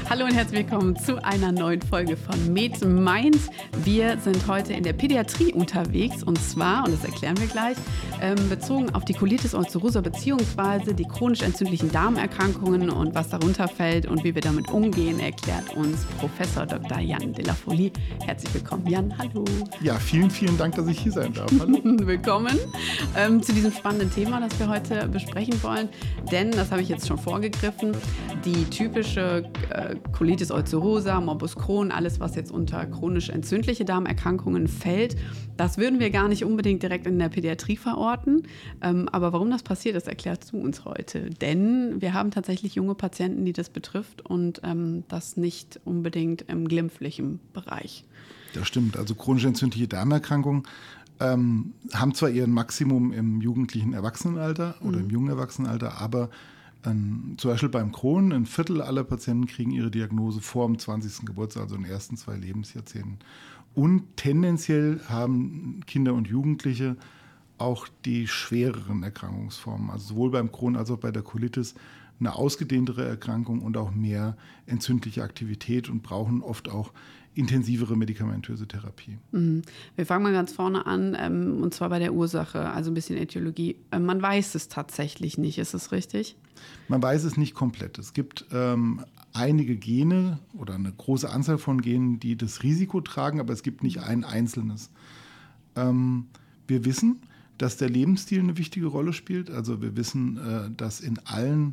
Hallo und herzlich willkommen zu einer neuen Folge von Med Mainz. Wir sind heute in der Pädiatrie unterwegs und zwar, und das erklären wir gleich, bezogen auf die Colitis ulcerosa bzw. die chronisch entzündlichen Darmerkrankungen und was darunter fällt und wie wir damit umgehen, erklärt uns Professor Dr. Jan de la Folie. Herzlich willkommen, Jan. Hallo. Ja, vielen, vielen Dank, dass ich hier sein darf. Hallo. Willkommen zu diesem spannenden Thema, das wir heute besprechen wollen. Denn, das habe ich jetzt schon vorgegriffen, die typische Colitis ulcerosa, Morbus Crohn, alles, was jetzt unter chronisch entzündliche Darmerkrankungen fällt, das würden wir gar nicht unbedingt direkt in der Pädiatrie verorten. Aber warum das passiert, das erklärst du uns heute. Denn wir haben tatsächlich junge Patienten, die das betrifft und das nicht unbedingt im glimpflichen Bereich. Das stimmt. Also chronisch entzündliche Darmerkrankungen haben zwar ihren Maximum im jugendlichen Erwachsenenalter oder im jungen Erwachsenenalter, aber zum Beispiel beim Crohn, ein Viertel aller Patienten kriegen ihre Diagnose vor dem 20. Geburtstag, also in den ersten 2 Lebensjahrzehnten. Und tendenziell haben Kinder und Jugendliche auch die schwereren Erkrankungsformen, also sowohl beim Crohn als auch bei der Colitis, eine ausgedehntere Erkrankung und auch mehr entzündliche Aktivität und brauchen oft auch intensivere medikamentöse Therapie. Wir fangen mal ganz vorne an, und zwar bei der Ursache, also ein bisschen Ätiologie. Man weiß es tatsächlich nicht, ist es richtig? Man weiß es nicht komplett. Es gibt einige Gene oder eine große Anzahl von Genen, die das Risiko tragen, aber es gibt nicht ein einzelnes. Wir wissen, dass der Lebensstil eine wichtige Rolle spielt. Also wir wissen, dass in allen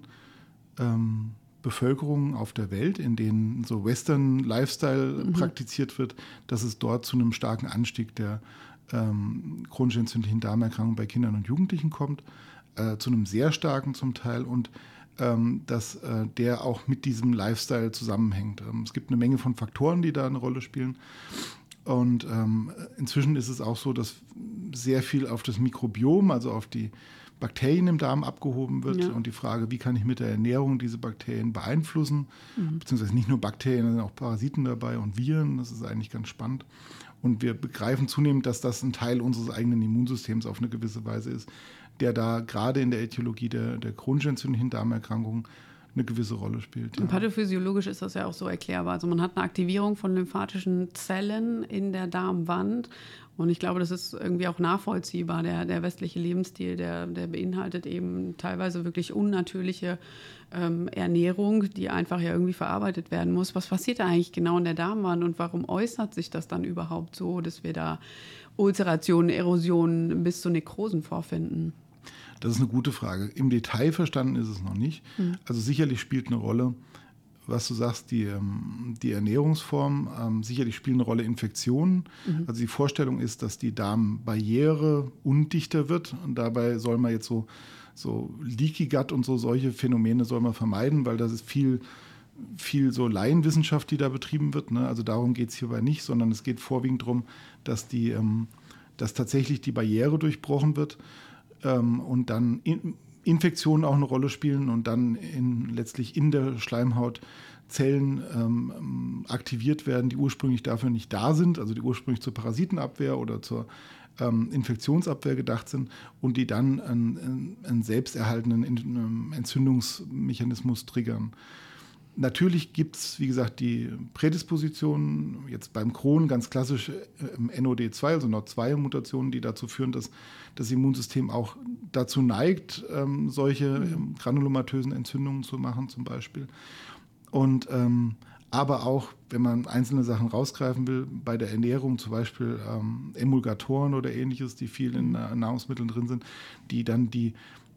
Bevölkerungen auf der Welt, in denen so Western Lifestyle praktiziert wird, dass es dort zu einem starken Anstieg der chronisch entzündlichen Darmerkrankungen bei Kindern und Jugendlichen kommt, zu einem sehr starken zum Teil und dass der auch mit diesem Lifestyle zusammenhängt. Es gibt eine Menge von Faktoren, die da eine Rolle spielen. Und inzwischen ist es auch so, dass sehr viel auf das Mikrobiom, also auf die Bakterien im Darm abgehoben wird. Ja. Und die Frage, wie kann ich mit der Ernährung diese Bakterien beeinflussen, beziehungsweise nicht nur Bakterien, sondern auch Parasiten dabei und Viren, das ist eigentlich ganz spannend. Und wir begreifen zunehmend, dass das ein Teil unseres eigenen Immunsystems auf eine gewisse Weise ist, der da gerade in der Ätiologie der chronisch entzündlichen Darmerkrankungen eine gewisse Rolle spielt. Ja. Und pathophysiologisch ist das ja auch so erklärbar. Also man hat eine Aktivierung von lymphatischen Zellen in der Darmwand und ich glaube, das ist irgendwie auch nachvollziehbar. Der westliche Lebensstil, der beinhaltet eben teilweise wirklich unnatürliche Ernährung, die einfach ja irgendwie verarbeitet werden muss. Was passiert da eigentlich genau in der Darmwand und warum äußert sich das dann überhaupt so, dass wir da Ulcerationen, Erosionen bis zu Nekrosen vorfinden? Das ist eine gute Frage. Im Detail verstanden ist es noch nicht. Also sicherlich spielt eine Rolle, was du sagst, die Ernährungsform. Sicherlich spielen eine Rolle Infektionen. Also die Vorstellung ist, dass die Darmbarriere undichter wird. Und dabei soll man jetzt so Leaky Gut und solche Phänomene soll man vermeiden, weil das ist viel so Laienwissenschaft, die da betrieben wird. Ne? Also darum geht es hierbei nicht, sondern es geht vorwiegend darum, dass tatsächlich die Barriere durchbrochen wird. Und dann Infektionen auch eine Rolle spielen und dann letztlich in der Schleimhaut Zellen aktiviert werden, die ursprünglich dafür nicht da sind, also die ursprünglich zur Parasitenabwehr oder zur Infektionsabwehr gedacht sind und die dann einen selbsterhaltenden Entzündungsmechanismus triggern. Natürlich gibt es, wie gesagt, die Prädispositionen, jetzt beim Crohn ganz klassisch NOD2, also NOD2-Mutationen, die dazu führen, dass das Immunsystem auch dazu neigt, solche granulomatösen Entzündungen zu machen zum Beispiel. Und aber auch, wenn man einzelne Sachen rausgreifen will, bei der Ernährung zum Beispiel Emulgatoren oder ähnliches, die viel in Nahrungsmitteln drin sind, die dann die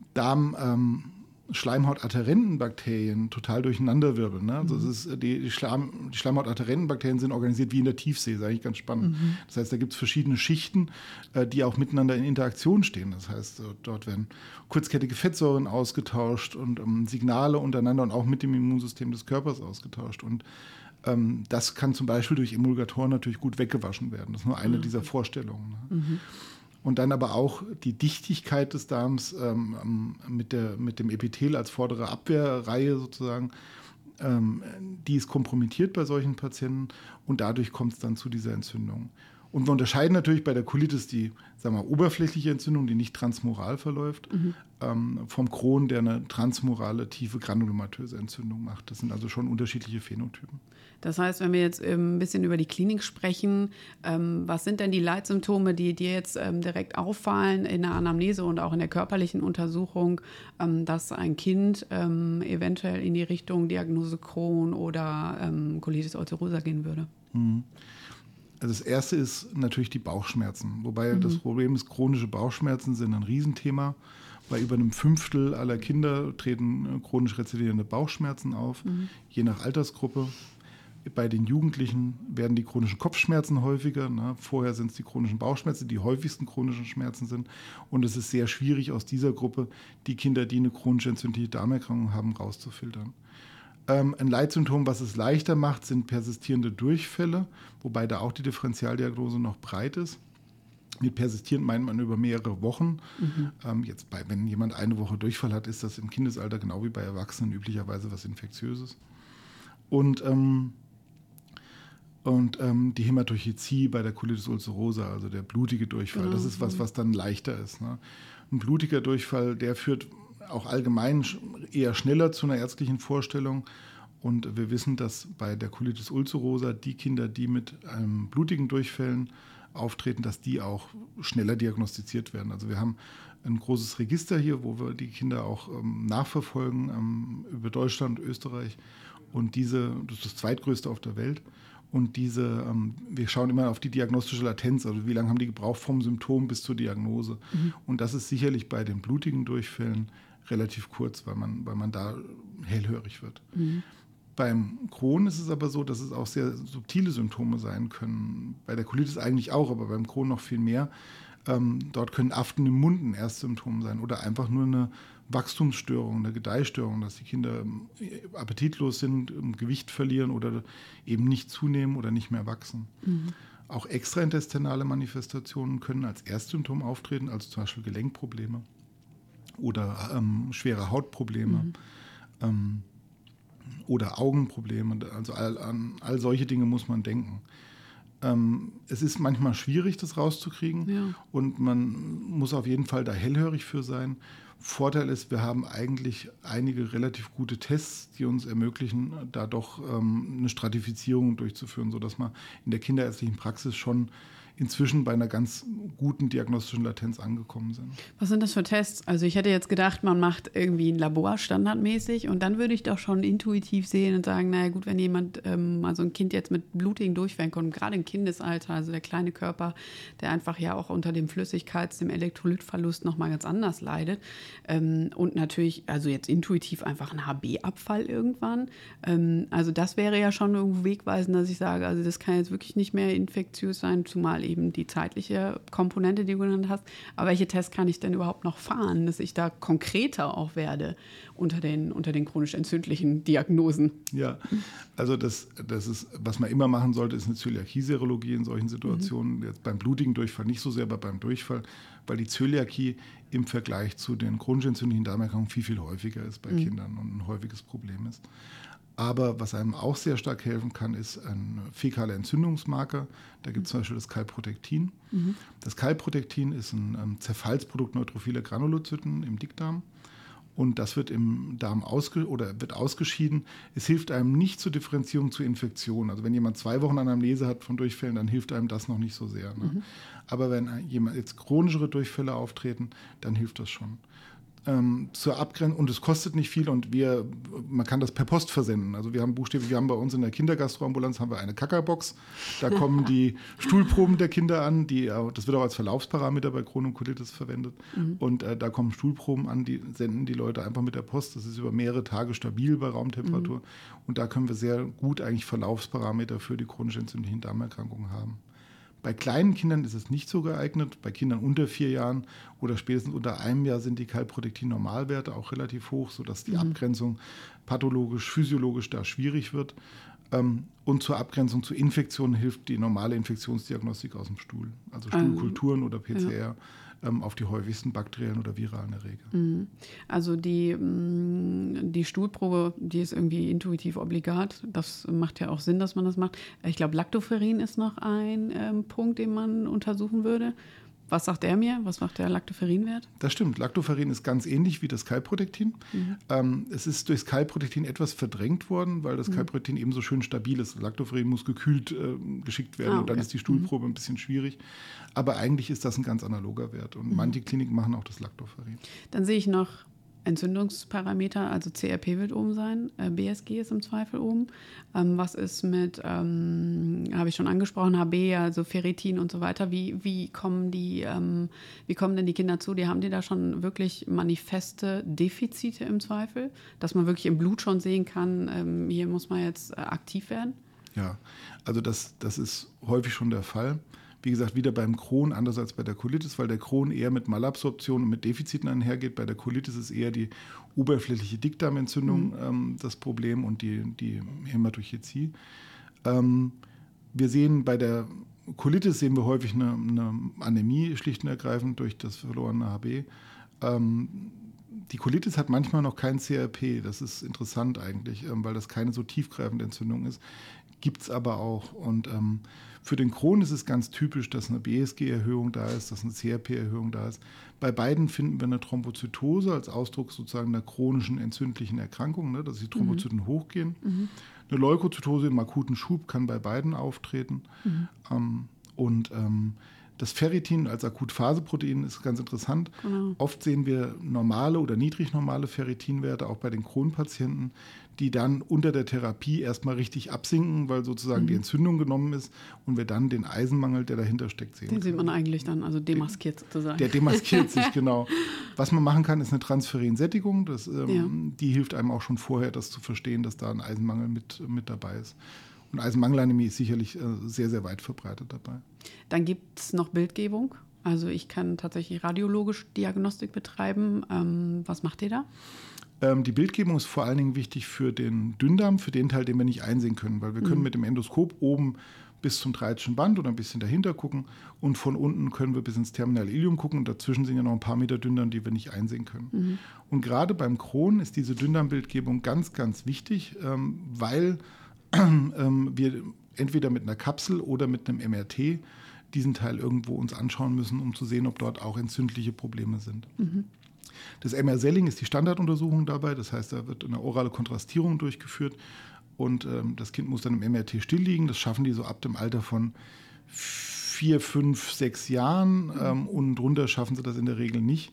Schleimhautadherenten-Bakterien total durcheinanderwirbeln. Ne? Also die Schleimhautadherenten-Bakterien sind organisiert wie in der Tiefsee, das ist eigentlich ganz spannend. Das heißt, da gibt es verschiedene Schichten, die auch miteinander in Interaktion stehen. Das heißt, dort werden kurzkettige Fettsäuren ausgetauscht und Signale untereinander und auch mit dem Immunsystem des Körpers ausgetauscht. Und das kann zum Beispiel durch Emulgatoren natürlich gut weggewaschen werden. Das ist nur eine dieser Vorstellungen. Ne? Und dann aber auch die Dichtigkeit des Darms mit dem Epithel als vordere Abwehrreihe sozusagen, die ist kompromittiert bei solchen Patienten und dadurch kommt es dann zu dieser Entzündung. Und wir unterscheiden natürlich bei der Colitis die, sagen wir, oberflächliche Entzündung, die nicht transmural verläuft, vom Crohn, der eine transmurale, tiefe granulomatöse Entzündung macht. Das sind also schon unterschiedliche Phänotypen. Das heißt, wenn wir jetzt ein bisschen über die Klinik sprechen, was sind denn die Leitsymptome, die dir jetzt direkt auffallen in der Anamnese und auch in der körperlichen Untersuchung, dass ein Kind eventuell in die Richtung Diagnose Crohn oder Colitis ulcerosa gehen würde? Also das erste ist natürlich die Bauchschmerzen. Wobei das Problem ist, chronische Bauchschmerzen sind ein Riesenthema. Bei über einem Fünftel aller Kinder treten chronisch rezidierende Bauchschmerzen auf, je nach Altersgruppe. Bei den Jugendlichen werden die chronischen Kopfschmerzen häufiger. Ne? Vorher sind es die chronischen Bauchschmerzen, die häufigsten chronischen Schmerzen sind. Und es ist sehr schwierig, aus dieser Gruppe die Kinder, die eine chronische entzündliche Darmerkrankung haben, rauszufiltern. Ein Leitsymptom, was es leichter macht, sind persistierende Durchfälle, wobei da auch die Differentialdiagnose noch breit ist. Mit persistierend meint man über mehrere Wochen. Wenn jemand eine Woche Durchfall hat, ist das im Kindesalter genau wie bei Erwachsenen üblicherweise was Infektiöses. Und die Hämatochäzie bei der Colitis ulcerosa, also der blutige Durchfall, genau. Das ist was dann leichter ist. Ne? Ein blutiger Durchfall, der führt auch allgemein eher schneller zu einer ärztlichen Vorstellung. Und wir wissen, dass bei der Colitis ulcerosa die Kinder, die mit blutigen Durchfällen auftreten, dass die auch schneller diagnostiziert werden. Also wir haben ein großes Register hier, wo wir die Kinder auch nachverfolgen über Deutschland, Österreich. Und das ist das zweitgrößte auf der Welt. Und wir schauen immer auf die diagnostische Latenz, also wie lange haben die gebraucht vom Symptom bis zur Diagnose. Und das ist sicherlich bei den blutigen Durchfällen relativ kurz, weil man da hellhörig wird. Beim Crohn ist es aber so, dass es auch sehr subtile Symptome sein können. Bei der Colitis eigentlich auch, aber beim Crohn noch viel mehr. Dort können Aften im Mund ein Erstsymptom sein oder einfach nur eine Wachstumsstörung, eine Gedeihstörung, dass die Kinder appetitlos sind, Gewicht verlieren oder eben nicht zunehmen oder nicht mehr wachsen. Auch extraintestinale Manifestationen können als Erstsymptom auftreten, also zum Beispiel Gelenkprobleme oder schwere Hautprobleme oder Augenprobleme. Also an all solche Dinge muss man denken. Es ist manchmal schwierig, das rauszukriegen, und man muss auf jeden Fall da hellhörig für sein. Vorteil ist, wir haben eigentlich einige relativ gute Tests, die uns ermöglichen, da doch eine Stratifizierung durchzuführen, sodass wir in der kinderärztlichen Praxis schon inzwischen bei einer ganz guten diagnostischen Latenz angekommen sind. Was sind das für Tests? Also ich hätte jetzt gedacht, man macht irgendwie ein Labor standardmäßig und dann würde ich doch schon intuitiv sehen und sagen, naja gut, wenn jemand, also ein Kind jetzt mit blutigen Durchfällen kommt, gerade im Kindesalter, also der kleine Körper, der einfach ja auch unter dem dem Elektrolytverlust nochmal ganz anders leidet, und natürlich, also jetzt intuitiv einfach ein HB-Abfall irgendwann. Also das wäre ja schon irgendwo wegweisend, dass ich sage, also das kann jetzt wirklich nicht mehr infektiös sein, zumal eben die zeitliche Komponente, die du genannt hast. Aber welche Tests kann ich denn überhaupt noch fahren, dass ich da konkreter auch werde unter den chronisch entzündlichen Diagnosen? Ja, also das ist, was man immer machen sollte, ist eine Zöliakie-Serologie in solchen Situationen. Jetzt beim blutigen Durchfall nicht so sehr, aber beim Durchfall, weil die Zöliakie im Vergleich zu den chronisch entzündlichen Darmerkrankungen viel, viel häufiger ist bei Kindern und ein häufiges Problem ist. Aber was einem auch sehr stark helfen kann, ist ein fäkaler Entzündungsmarker. Da gibt es zum Beispiel das Calprotectin. Das Calprotectin ist ein Zerfallsprodukt neutrophiler Granulozyten im Dickdarm. Und das wird im Darm wird ausgeschieden. Es hilft einem nicht zur Differenzierung zu Infektionen. Also wenn jemand 2 Wochen Anamnese hat von Durchfällen, dann hilft einem das noch nicht so sehr. Ne? Aber wenn jemand jetzt chronischere Durchfälle auftreten, dann hilft das schon. Zur Abgrenzung, und es kostet nicht viel, und man kann das per Post versenden. Also wir haben bei uns in der Kindergastroambulanz haben wir eine Kackerbox, da kommen die Stuhlproben der Kinder an, das wird auch als Verlaufsparameter bei Crohn und Colitis verwendet, und da kommen Stuhlproben an, die senden die Leute einfach mit der Post, das ist über mehrere Tage stabil bei Raumtemperatur, und da können wir sehr gut eigentlich Verlaufsparameter für die chronisch entzündlichen Darmerkrankungen haben. Bei kleinen Kindern ist es nicht so geeignet. Bei Kindern unter 4 Jahren oder spätestens unter 1 Jahr sind die Calprotectin-Normalwerte auch relativ hoch, sodass die Abgrenzung pathologisch, physiologisch da schwierig wird. Und zur Abgrenzung zu Infektionen hilft die normale Infektionsdiagnostik aus dem Stuhl. Also Stuhlkulturen oder PCR auf die häufigsten bakteriellen oder viralen Erreger. Also die Stuhlprobe, die ist irgendwie intuitiv obligat. Das macht ja auch Sinn, dass man das macht. Ich glaube, Lactoferrin ist noch ein Punkt, den man untersuchen würde. Was sagt der mir? Was macht der Lactoferinwert? Das stimmt. Lactoferrin ist ganz ähnlich wie das Calprotectin. Es ist durchs Calprotectin etwas verdrängt worden, weil das Calprotectin eben so schön stabil ist. Lactoferrin muss gekühlt geschickt werden und dann ist die Stuhlprobe ein bisschen schwierig. Aber eigentlich ist das ein ganz analoger Wert. Und manche Kliniken machen auch das Lactoferrin. Dann sehe ich noch Entzündungsparameter, also CRP wird oben sein, BSG ist im Zweifel oben. Was ist mit, habe ich schon angesprochen, HB, also Ferritin und so weiter. Wie kommen denn die Kinder zu? Haben die da schon wirklich manifeste Defizite im Zweifel, dass man wirklich im Blut schon sehen kann, hier muss man jetzt aktiv werden? Ja, also das ist häufig schon der Fall. Wie gesagt, wieder beim Crohn, anders als bei der Colitis, weil der Crohn eher mit Malabsorption und mit Defiziten einhergeht. Bei der Colitis ist eher die oberflächliche Dickdarmentzündung das Problem und die Hämatochezie. Wir sehen bei der Colitis sehen wir häufig eine Anämie, schlicht und ergreifend durch das verlorene HB. Die Colitis hat manchmal noch kein CRP. Das ist interessant eigentlich, weil das keine so tiefgreifende Entzündung ist. Gibt es aber auch. Und für den Crohn ist es ganz typisch, dass eine BSG-Erhöhung da ist, dass eine CRP-Erhöhung da ist. Bei beiden finden wir eine Thrombozytose als Ausdruck sozusagen einer chronischen entzündlichen Erkrankung, ne, dass die Thrombozyten hochgehen. Eine Leukozytose im akuten Schub kann bei beiden auftreten. Das Ferritin als Akutphaseprotein ist ganz interessant. Genau. Oft sehen wir normale oder niedrig normale Ferritinwerte, auch bei den Crohn-Patienten, die dann unter der Therapie erstmal richtig absinken, weil sozusagen die Entzündung genommen ist und wir dann den Eisenmangel, der dahinter steckt, sehen. Den sieht man eigentlich dann, also demaskiert sozusagen. Der demaskiert sich, genau. Was man machen kann, ist eine Transferinsättigung. Die hilft einem auch schon vorher, das zu verstehen, dass da ein Eisenmangel mit dabei ist. Und Eisenmangelanämie ist sicherlich sehr, sehr weit verbreitet dabei. Dann gibt es noch Bildgebung. Also ich kann tatsächlich radiologisch Diagnostik betreiben. Was macht ihr da? Die Bildgebung ist vor allen Dingen wichtig für den Dünndarm, für den Teil, den wir nicht einsehen können. Weil wir können mit dem Endoskop oben bis zum Dreitschen Band oder ein bisschen dahinter gucken. Und von unten können wir bis ins Terminal Ileum gucken. Und dazwischen sind ja noch ein paar Meter Dünndarm, die wir nicht einsehen können. Und gerade beim Crohn ist diese Dünndarmbildgebung ganz, ganz wichtig, weil wir entweder mit einer Kapsel oder mit einem MRT diesen Teil irgendwo uns anschauen müssen, um zu sehen, ob dort auch entzündliche Probleme sind. Das MR-Selling ist die Standarduntersuchung dabei, das heißt, da wird eine orale Kontrastierung durchgeführt und das Kind muss dann im MRT still liegen. Das schaffen die so ab dem Alter von 4, 5, 6 Jahren und drunter schaffen sie das in der Regel nicht.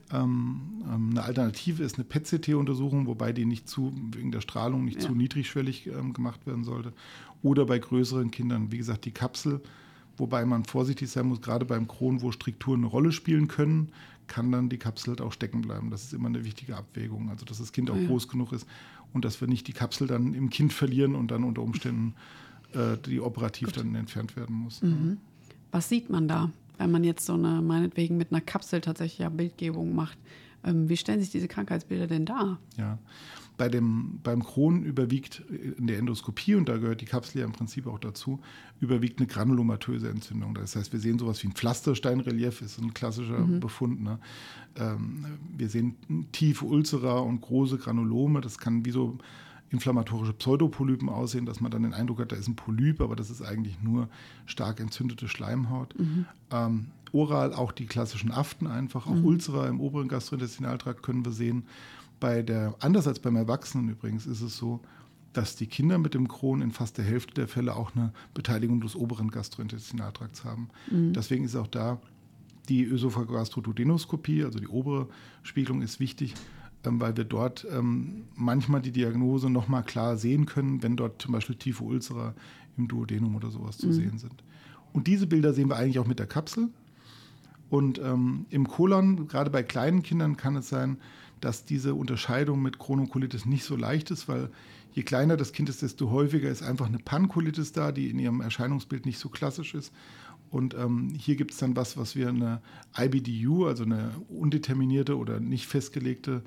Eine Alternative ist eine PET-CT-Untersuchung, wobei die wegen der Strahlung nicht zu niedrigschwellig gemacht werden sollte. Oder bei größeren Kindern, wie gesagt, die Kapsel, wobei man vorsichtig sein muss, gerade beim Crohn, wo Strukturen eine Rolle spielen können, kann dann die Kapsel halt auch stecken bleiben. Das ist immer eine wichtige Abwägung. Also dass das Kind auch groß genug ist und dass wir nicht die Kapsel dann im Kind verlieren und dann unter Umständen die operativ dann entfernt werden muss. Was sieht man da, wenn man jetzt so eine, meinetwegen mit einer Kapsel tatsächlich Bildgebung macht? Wie stellen sich diese Krankheitsbilder denn dar? Ja, beim Crohn überwiegt in der Endoskopie, und da gehört die Kapsel ja im Prinzip auch dazu, überwiegt eine granulomatöse Entzündung. Das heißt, wir sehen sowas wie ein Pflastersteinrelief, ist ein klassischer Befund. Ne? Wir sehen tiefe Ulcera und große Granulome. Das kann wie so inflammatorische Pseudopolypen aussehen, dass man dann den Eindruck hat, da ist ein Polyp, aber das ist eigentlich nur stark entzündete Schleimhaut. Oral auch die klassischen Aften einfach, auch Ulcera im oberen Gastrointestinaltrakt können wir sehen. Anders als beim Erwachsenen übrigens ist es so, dass die Kinder mit dem Crohn in fast der Hälfte der Fälle auch eine Beteiligung des oberen Gastrointestinaltrakts haben. Deswegen ist auch da die Ösophagogastroduodenoskopie, also die obere Spiegelung, ist wichtig, weil wir dort manchmal die Diagnose nochmal klar sehen können, wenn dort zum Beispiel tiefe Ulcera im Duodenum oder sowas zu sehen sind. Und diese Bilder sehen wir eigentlich auch mit der Kapsel. Und im Kolon, gerade bei kleinen Kindern, kann es sein, dass diese Unterscheidung mit Chronokolitis nicht so leicht ist, weil je kleiner das Kind ist, desto häufiger ist einfach eine Pankolitis da, die in ihrem Erscheinungsbild nicht so klassisch ist. Und hier gibt es dann was wir eine IBDU, also eine undeterminierte oder nicht festgelegte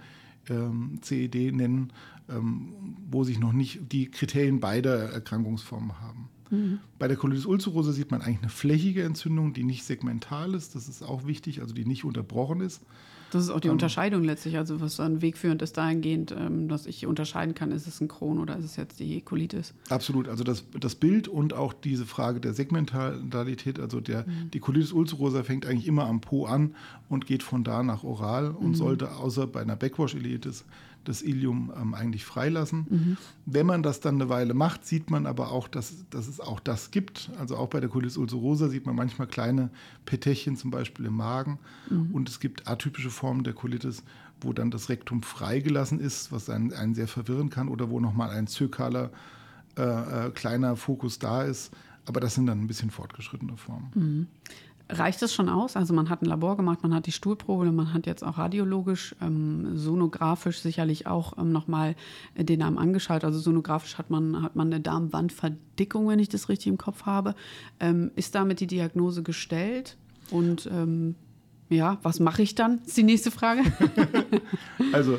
CED nennen, wo sich noch nicht die Kriterien beider Erkrankungsformen haben. Bei der Colitis ulcerosa sieht man eigentlich eine flächige Entzündung, die nicht segmental ist. Das ist auch wichtig, also die nicht unterbrochen ist. Das ist auch die Unterscheidung letztlich, also was dann wegführend ist dahingehend, dass ich unterscheiden kann, ist es ein Crohn oder ist es jetzt die Colitis? Absolut, also das Bild und auch diese Frage der Segmentalität, also die Colitis ulcerosa fängt eigentlich immer am Po an und geht von da nach oral und sollte außer bei einer Backwash-Ileitis das Ileum eigentlich freilassen. Wenn man das dann eine Weile macht, sieht man aber auch, dass es auch das gibt. Also auch bei der Colitis ulcerosa sieht man manchmal kleine Petechien zum Beispiel im Magen. Und es gibt atypische Formen der Colitis, wo dann das Rektum freigelassen ist, was einen sehr verwirren kann oder wo nochmal ein zökaler kleiner Fokus da ist. Aber das sind dann ein bisschen fortgeschrittene Formen. Reicht das schon aus? Also man hat ein Labor gemacht, man hat die Stuhlprobe, man hat jetzt auch radiologisch, sonografisch sicherlich auch nochmal den Darm angeschaut. Also sonografisch hat man eine Darmwandverdickung, wenn ich das richtig im Kopf habe. Ist damit die Diagnose gestellt? Und was mache ich dann? Ist die nächste Frage. Also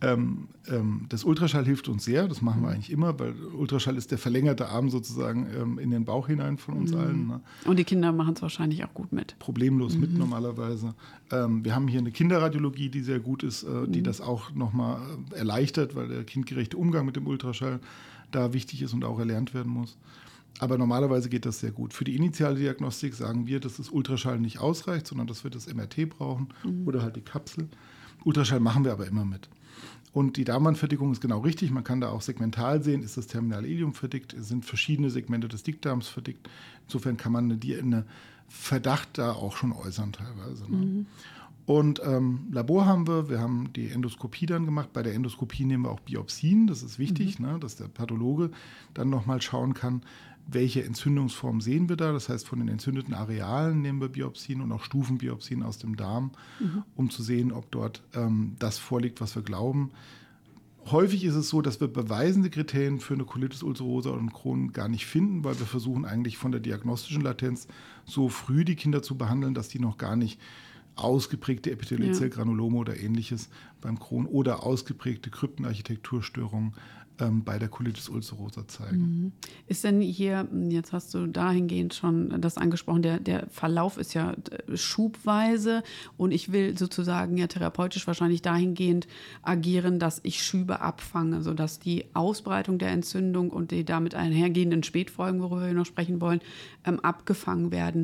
das Ultraschall hilft uns sehr, das machen wir eigentlich immer, weil Ultraschall ist der verlängerte Arm sozusagen in den Bauch hinein von uns allen. Ne? Und die Kinder machen es wahrscheinlich auch gut mit. Problemlos mit normalerweise. Wir haben hier eine Kinderradiologie, die sehr gut ist, die das auch nochmal erleichtert, weil der kindgerechte Umgang mit dem Ultraschall da wichtig ist und auch erlernt werden muss. Aber normalerweise geht das sehr gut. Für die initiale Diagnostik sagen wir, dass das Ultraschall nicht ausreicht, sondern dass wir das MRT brauchen oder halt die Kapsel. Ultraschall machen wir aber immer mit. Und die Darmwandverdickung ist genau richtig. Man kann da auch segmental sehen, ist das terminale Ileum verdickt, sind verschiedene Segmente des Dickdarms verdickt. Insofern kann man eine Verdacht da auch schon äußern teilweise. Ne? Und Labor haben wir haben die Endoskopie dann gemacht. Bei der Endoskopie nehmen wir auch Biopsien, das ist wichtig, ne, dass der Pathologe dann nochmal schauen kann, welche Entzündungsform sehen wir da. Das heißt, von den entzündeten Arealen nehmen wir Biopsien und auch Stufenbiopsien aus dem Darm, um zu sehen, ob dort das vorliegt, was wir glauben. Häufig ist es so, dass wir beweisende Kriterien für eine Colitis ulcerosa oder einen Crohn gar nicht finden, weil wir versuchen eigentlich von der diagnostischen Latenz so früh die Kinder zu behandeln, dass die noch gar nicht ausgeprägte Epithelialzellgranulome oder ähnliches beim Crohn oder ausgeprägte Kryptenarchitekturstörungen bei der Colitis ulcerosa zeigen. Ist denn hier, jetzt hast du dahingehend schon das angesprochen, der Verlauf ist ja schubweise und ich will sozusagen ja therapeutisch wahrscheinlich dahingehend agieren, dass ich Schübe abfange, sodass die Ausbreitung der Entzündung und die damit einhergehenden Spätfolgen, worüber wir noch sprechen wollen, abgefangen werden.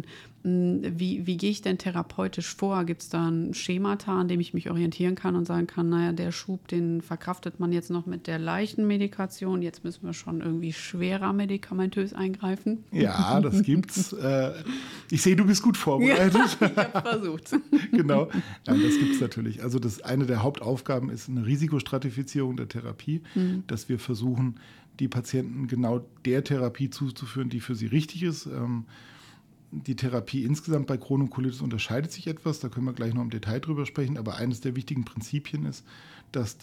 Wie gehe ich denn therapeutisch vor? Gibt es da ein Schemata, an dem ich mich orientieren kann und sagen kann, naja, der Schub, den verkraftet man jetzt noch mit der leichten Medikation, jetzt müssen wir schon irgendwie schwerer medikamentös eingreifen? Ja, das gibt's. Ich sehe, du bist gut vorbereitet. Ja, ich habe versucht. Genau, ja, das gibt es natürlich. Also eine der Hauptaufgaben ist eine Risikostratifizierung der Therapie, dass wir versuchen, die Patienten genau der Therapie zuzuführen, die für sie richtig ist. Die Therapie insgesamt bei Crohn und Colitis unterscheidet sich etwas, da können wir gleich noch im Detail drüber sprechen, aber eines der wichtigen Prinzipien ist, dass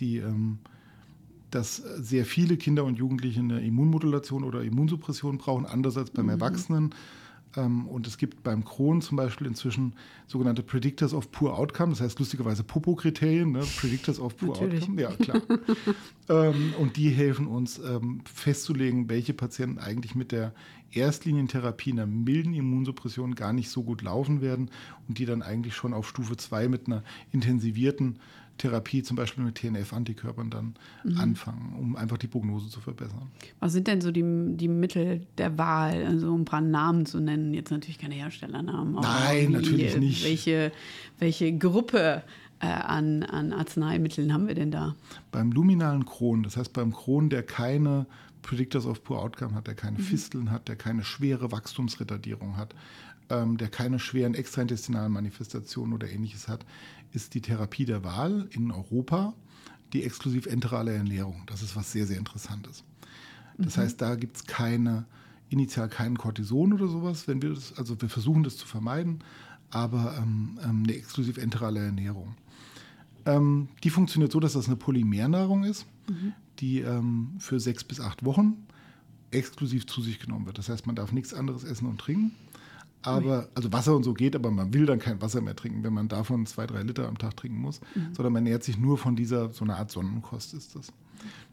sehr viele Kinder und Jugendliche eine Immunmodulation oder Immunsuppression brauchen, anders als beim Erwachsenen. Und es gibt beim Crohn zum Beispiel inzwischen sogenannte Predictors of Poor Outcome, das heißt lustigerweise Popo-Kriterien, ne? Predictors of Poor Natürlich. Outcome, ja klar. Und die helfen uns festzulegen, welche Patienten eigentlich mit der Erstlinientherapie, einer milden Immunsuppression gar nicht so gut laufen werden und die dann eigentlich schon auf Stufe 2 mit einer intensivierten Therapie, zum Beispiel mit TNF-Antikörpern dann anfangen, um einfach die Prognose zu verbessern. Was sind denn so die Mittel der Wahl, also ein paar Namen zu nennen? Jetzt natürlich keine Herstellernamen. Nein, natürlich nicht. Welche Gruppe an Arzneimitteln haben wir denn da? Beim luminalen Crohn, das heißt beim Crohn, der keine Predictors of Poor Outcome hat, der keine Fisteln hat, der keine schwere Wachstumsretardierung hat, der keine schweren extraintestinalen Manifestationen oder Ähnliches hat, ist die Therapie der Wahl in Europa die exklusiv enterale Ernährung. Das ist was sehr, sehr Interessantes. Das heißt, da gibt es initial keinen Cortison oder sowas, wir versuchen das zu vermeiden, aber eine exklusiv enterale Ernährung. Die funktioniert so, dass das eine Polymernahrung ist, die für 6 bis 8 Wochen exklusiv zu sich genommen wird. Das heißt, man darf nichts anderes essen und trinken. Also Wasser und so geht, aber man will dann kein Wasser mehr trinken, wenn man davon 2-3 Liter am Tag trinken muss, sondern man ernährt sich nur von so einer Art Sonnenkost ist das.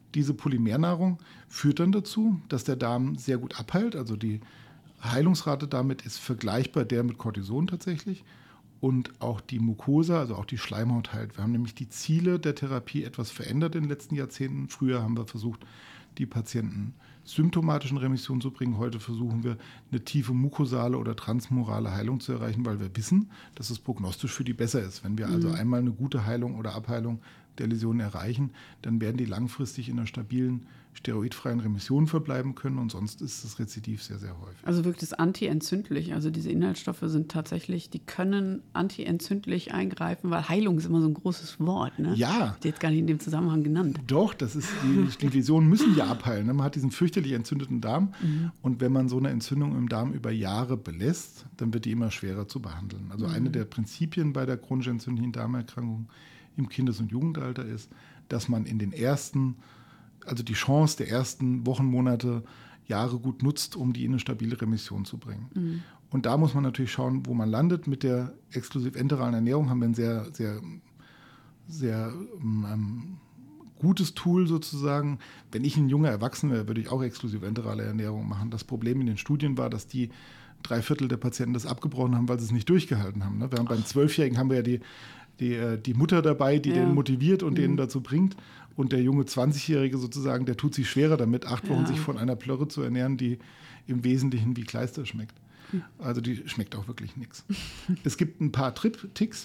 diese Polymernahrung führt dann dazu, dass der Darm sehr gut abheilt. Also die Heilungsrate damit ist vergleichbar der mit Cortison tatsächlich. Und auch die Mucosa, also auch die Schleimhaut heilt. Wir haben nämlich die Ziele der Therapie etwas verändert in den letzten Jahrzehnten. Früher haben wir versucht, die Patienten symptomatisch in Remission zu bringen. Heute versuchen wir, eine tiefe mukosale oder transmurale Heilung zu erreichen, weil wir wissen, dass es prognostisch für die besser ist. Wenn wir also einmal eine gute Heilung oder Abheilung der Läsionen erreichen, dann werden die langfristig in einer stabilen, steroidfreien Remission verbleiben können und sonst ist das Rezidiv sehr, sehr häufig. Also wirkt es antientzündlich. Also diese Inhaltsstoffe sind tatsächlich, die können antientzündlich eingreifen, weil Heilung ist immer so ein großes Wort. Ne? Ja. Die jetzt gar nicht in dem Zusammenhang genannt. Doch, das ist die Läsionen müssen ja abheilen. Ne? Man hat diesen fürchterlich entzündeten Darm und wenn man so eine Entzündung im Darm über Jahre belässt, dann wird die immer schwerer zu behandeln. Also eine der Prinzipien bei der chronisch entzündlichen Darmerkrankung im Kindes- und Jugendalter ist, dass man in den ersten, also die Chance der ersten Wochen, Monate, Jahre gut nutzt, um die in eine stabile Remission zu bringen. Und da muss man natürlich schauen, wo man landet. Mit der exklusiv enteralen Ernährung haben wir ein sehr, sehr, sehr gutes Tool sozusagen. Wenn ich ein junger Erwachsener wäre, würde ich auch exklusiv enterale Ernährung machen. Das Problem in den Studien war, dass die 3/4 der Patienten das abgebrochen haben, weil sie es nicht durchgehalten haben. Ne? Beim 12-Jährigen haben wir ja die Mutter dabei, die den motiviert und den dazu bringt. Und der junge 20-Jährige sozusagen, der tut sich schwerer damit, 8 Wochen sich von einer Plörre zu ernähren, die im Wesentlichen wie Kleister schmeckt. Also die schmeckt auch wirklich nichts. Es gibt ein paar Tricks,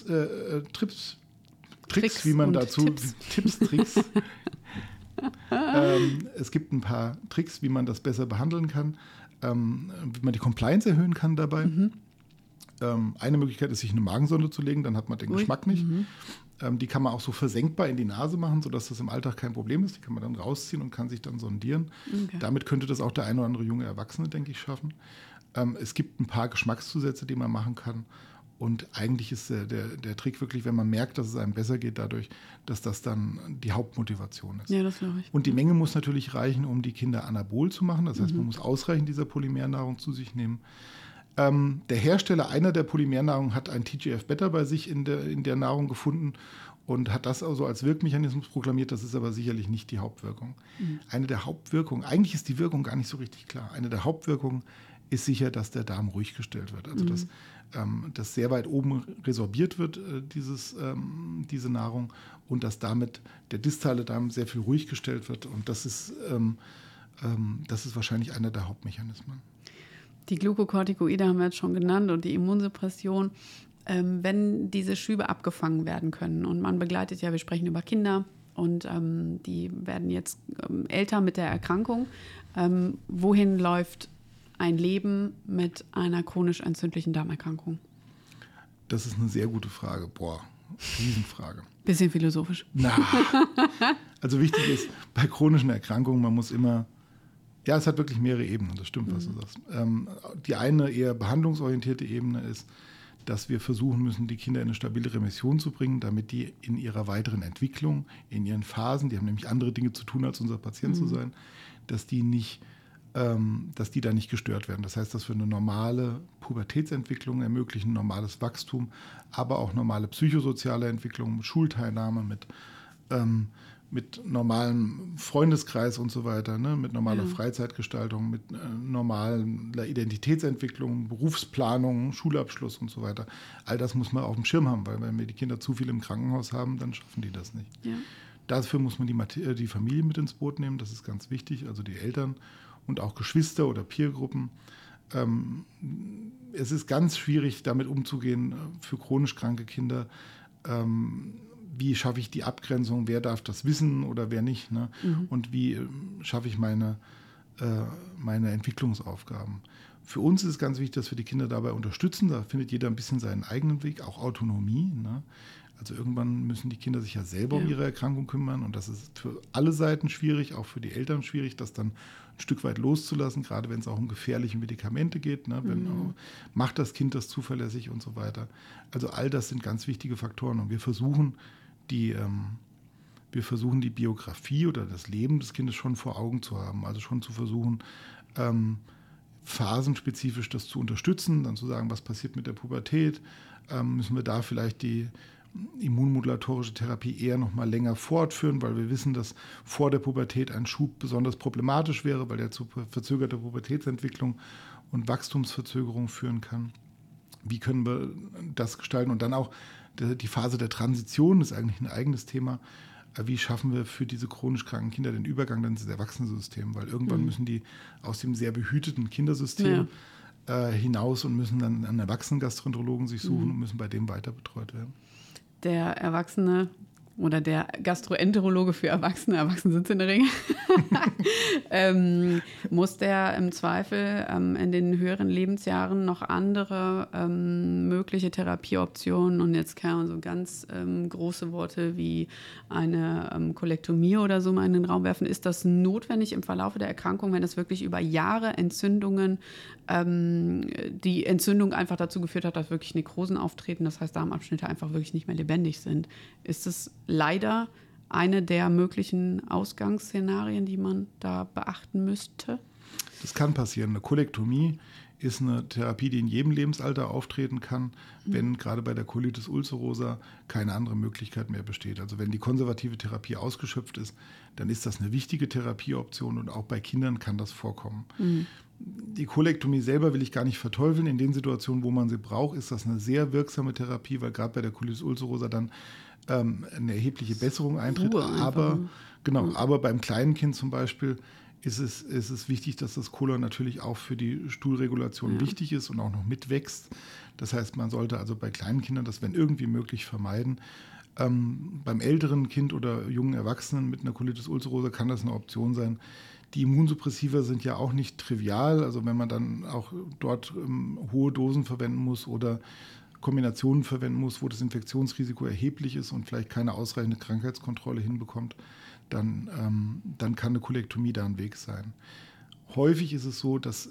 wie man dazu... Tricks. Es gibt ein paar Tricks, wie man das besser behandeln kann, wie man die Compliance erhöhen kann dabei. Eine Möglichkeit ist, sich eine Magensonde zu legen, dann hat man den Geschmack nicht. Die kann man auch so versenkbar in die Nase machen, sodass das im Alltag kein Problem ist. Die kann man dann rausziehen und kann sich dann sondieren. Okay. Damit könnte das auch der eine oder andere junge Erwachsene, denke ich, schaffen. Es gibt ein paar Geschmackszusätze, die man machen kann. Und eigentlich ist der Trick wirklich, wenn man merkt, dass es einem besser geht, dadurch, dass das dann die Hauptmotivation ist. Ja, das glaube ich. Und die Menge muss natürlich reichen, um die Kinder anabol zu machen. Das heißt, man muss ausreichend dieser Polymernahrung zu sich nehmen. Der Hersteller einer der Polymernahrung hat ein TGF-Beta bei sich in der Nahrung gefunden und hat das also als Wirkmechanismus proklamiert. Das ist aber sicherlich nicht die Hauptwirkung. Eine der Hauptwirkungen, eigentlich ist die Wirkung gar nicht so richtig klar. Eine der Hauptwirkungen ist sicher, dass der Darm ruhig gestellt wird. Also dass sehr weit oben resorbiert wird, diese Nahrung, und dass damit der distale Darm sehr viel ruhig gestellt wird. Und das ist wahrscheinlich einer der Hauptmechanismen. Die Glukokortikoide haben wir jetzt schon genannt und die Immunsuppression. Wenn diese Schübe abgefangen werden können und man begleitet ja, wir sprechen über Kinder und die werden jetzt älter mit der Erkrankung. Wohin läuft ein Leben mit einer chronisch entzündlichen Darmerkrankung? Das ist eine sehr gute Frage. Riesenfrage. Bisschen philosophisch. Also wichtig ist, bei chronischen Erkrankungen, man muss immer... Ja, es hat wirklich mehrere Ebenen, das stimmt, was du sagst. Die eine eher behandlungsorientierte Ebene ist, dass wir versuchen müssen, die Kinder in eine stabile Remission zu bringen, damit die in ihrer weiteren Entwicklung, in ihren Phasen, die haben nämlich andere Dinge zu tun, als unser Patient zu sein, dass die da nicht gestört werden. Das heißt, dass wir eine normale Pubertätsentwicklung ermöglichen, normales Wachstum, aber auch normale psychosoziale Entwicklung, mit Schulteilnahme, mit normalem Freundeskreis und so weiter, ne? Mit normaler Freizeitgestaltung, mit normaler Identitätsentwicklung, Berufsplanung, Schulabschluss und so weiter. All das muss man auf dem Schirm haben, weil wenn wir die Kinder zu viel im Krankenhaus haben, dann schaffen die das nicht. Ja. Dafür muss man die Familie mit ins Boot nehmen, das ist ganz wichtig, also die Eltern und auch Geschwister oder Peergruppen. Es ist ganz schwierig, damit umzugehen für chronisch kranke Kinder. Wie schaffe ich die Abgrenzung, wer darf das wissen oder wer nicht, ne? Und wie schaffe ich meine Entwicklungsaufgaben. Für uns ist es ganz wichtig, dass wir die Kinder dabei unterstützen, da findet jeder ein bisschen seinen eigenen Weg, auch Autonomie, ne? Also irgendwann müssen die Kinder sich ja selber um ihre Erkrankung kümmern und das ist für alle Seiten schwierig, auch für die Eltern schwierig, das dann ein Stück weit loszulassen, gerade wenn es auch um gefährliche Medikamente geht, ne? Macht das Kind das zuverlässig und so weiter. Also all das sind ganz wichtige Faktoren und wir versuchen die Biografie oder das Leben des Kindes schon vor Augen zu haben, also schon zu versuchen, phasenspezifisch das zu unterstützen, dann zu sagen, was passiert mit der Pubertät, müssen wir da vielleicht die immunmodulatorische Therapie eher noch mal länger fortführen, weil wir wissen, dass vor der Pubertät ein Schub besonders problematisch wäre, weil der zu verzögerter Pubertätsentwicklung und Wachstumsverzögerung führen kann. Wie können wir das gestalten? Und dann auch die Phase der Transition ist eigentlich ein eigenes Thema. Wie schaffen wir für diese chronisch kranken Kinder den Übergang dann ins Erwachsenensystem? Weil irgendwann müssen die aus dem sehr behüteten Kindersystem hinaus und müssen dann einen Erwachsenen-Gastroenterologen sich suchen und müssen bei dem weiter betreut werden. Der Erwachsene oder der Gastroenterologe für Erwachsene sind es in der Regel, muss der im Zweifel in den höheren Lebensjahren noch andere mögliche Therapieoptionen, und jetzt kann man so ganz große Worte wie eine Kolektomie oder so mal in den Raum werfen. Ist das notwendig im Verlauf der Erkrankung, wenn es wirklich über Jahre Entzündungen, die Entzündung einfach dazu geführt hat, dass wirklich Nekrosen auftreten, das heißt Darmabschnitte einfach wirklich nicht mehr lebendig sind? Ist es leider eine der möglichen Ausgangsszenarien, die man da beachten müsste? Das kann passieren. Eine Kolektomie ist eine Therapie, die in jedem Lebensalter auftreten kann, wenn gerade bei der Colitis ulcerosa keine andere Möglichkeit mehr besteht. Also wenn die konservative Therapie ausgeschöpft ist, dann ist das eine wichtige Therapieoption, und auch bei Kindern kann das vorkommen. Die Kolektomie selber will ich gar nicht verteufeln. In den Situationen, wo man sie braucht, ist das eine sehr wirksame Therapie, weil gerade bei der Colitis ulcerosa dann eine erhebliche Besserung eintritt. Aber beim kleinen Kind zum Beispiel ist es wichtig, dass das Kolon natürlich auch für die Stuhlregulation wichtig ist und auch noch mitwächst. Das heißt, man sollte also bei kleinen Kindern das, wenn irgendwie möglich, vermeiden. Beim älteren Kind oder jungen Erwachsenen mit einer Colitis ulcerosa kann das eine Option sein. Die Immunsuppressiva sind ja auch nicht trivial. Also wenn man dann auch dort hohe Dosen verwenden muss oder Kombinationen verwenden muss, wo das Infektionsrisiko erheblich ist und vielleicht keine ausreichende Krankheitskontrolle hinbekommt, dann kann eine Kolektomie da ein Weg sein. Häufig ist es so, dass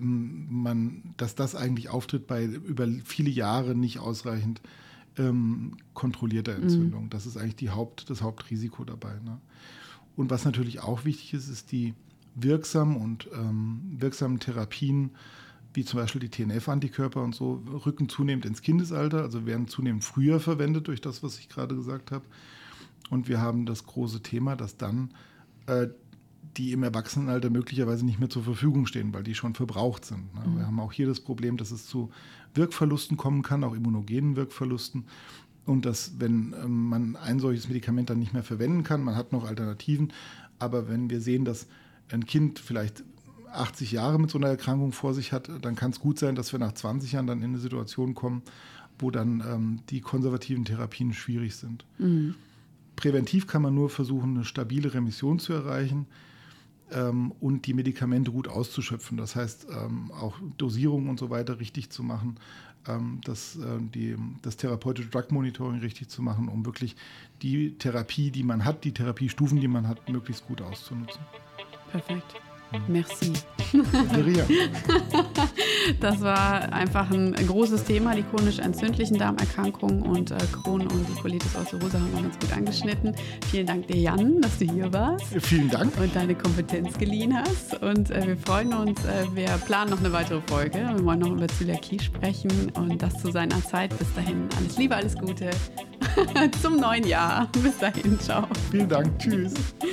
das eigentlich auftritt bei über viele Jahre nicht ausreichend kontrollierter Entzündung. Das ist eigentlich das Hauptrisiko dabei. Ne? Und was natürlich auch wichtig ist die wirksamen Therapien, wie zum Beispiel die TNF-Antikörper und so, rücken zunehmend ins Kindesalter, also werden zunehmend früher verwendet durch das, was ich gerade gesagt habe. Und wir haben das große Thema, dass dann die im Erwachsenenalter möglicherweise nicht mehr zur Verfügung stehen, weil die schon verbraucht sind. Ne? Wir haben auch hier das Problem, dass es zu Wirkverlusten kommen kann, auch immunogenen Wirkverlusten. Und dass, wenn man ein solches Medikament dann nicht mehr verwenden kann, man hat noch Alternativen, aber wenn wir sehen, dass ein Kind vielleicht 80 Jahre mit so einer Erkrankung vor sich hat, dann kann es gut sein, dass wir nach 20 Jahren dann in eine Situation kommen, wo dann die konservativen Therapien schwierig sind. Präventiv kann man nur versuchen, eine stabile Remission zu erreichen und die Medikamente gut auszuschöpfen. Das heißt, auch Dosierung und so weiter richtig zu machen, das therapeutische Drug Monitoring richtig zu machen, um wirklich die Therapie, die man hat, die Therapiestufen, die man hat, möglichst gut auszunutzen. Perfekt. Merci. Maria. Das war einfach ein großes Thema, die chronisch entzündlichen Darmerkrankungen, und Crohn und die Colitis ulcerosa haben wir ganz gut angeschnitten. Vielen Dank dir, Jan, dass du hier warst. Vielen Dank. Und deine Kompetenz geliehen hast. Und wir freuen uns, wir planen noch eine weitere Folge. Wir wollen noch über Zöliakie sprechen und das zu seiner Zeit. Bis dahin, alles Liebe, alles Gute zum neuen Jahr. Bis dahin, ciao. Vielen Dank, tschüss.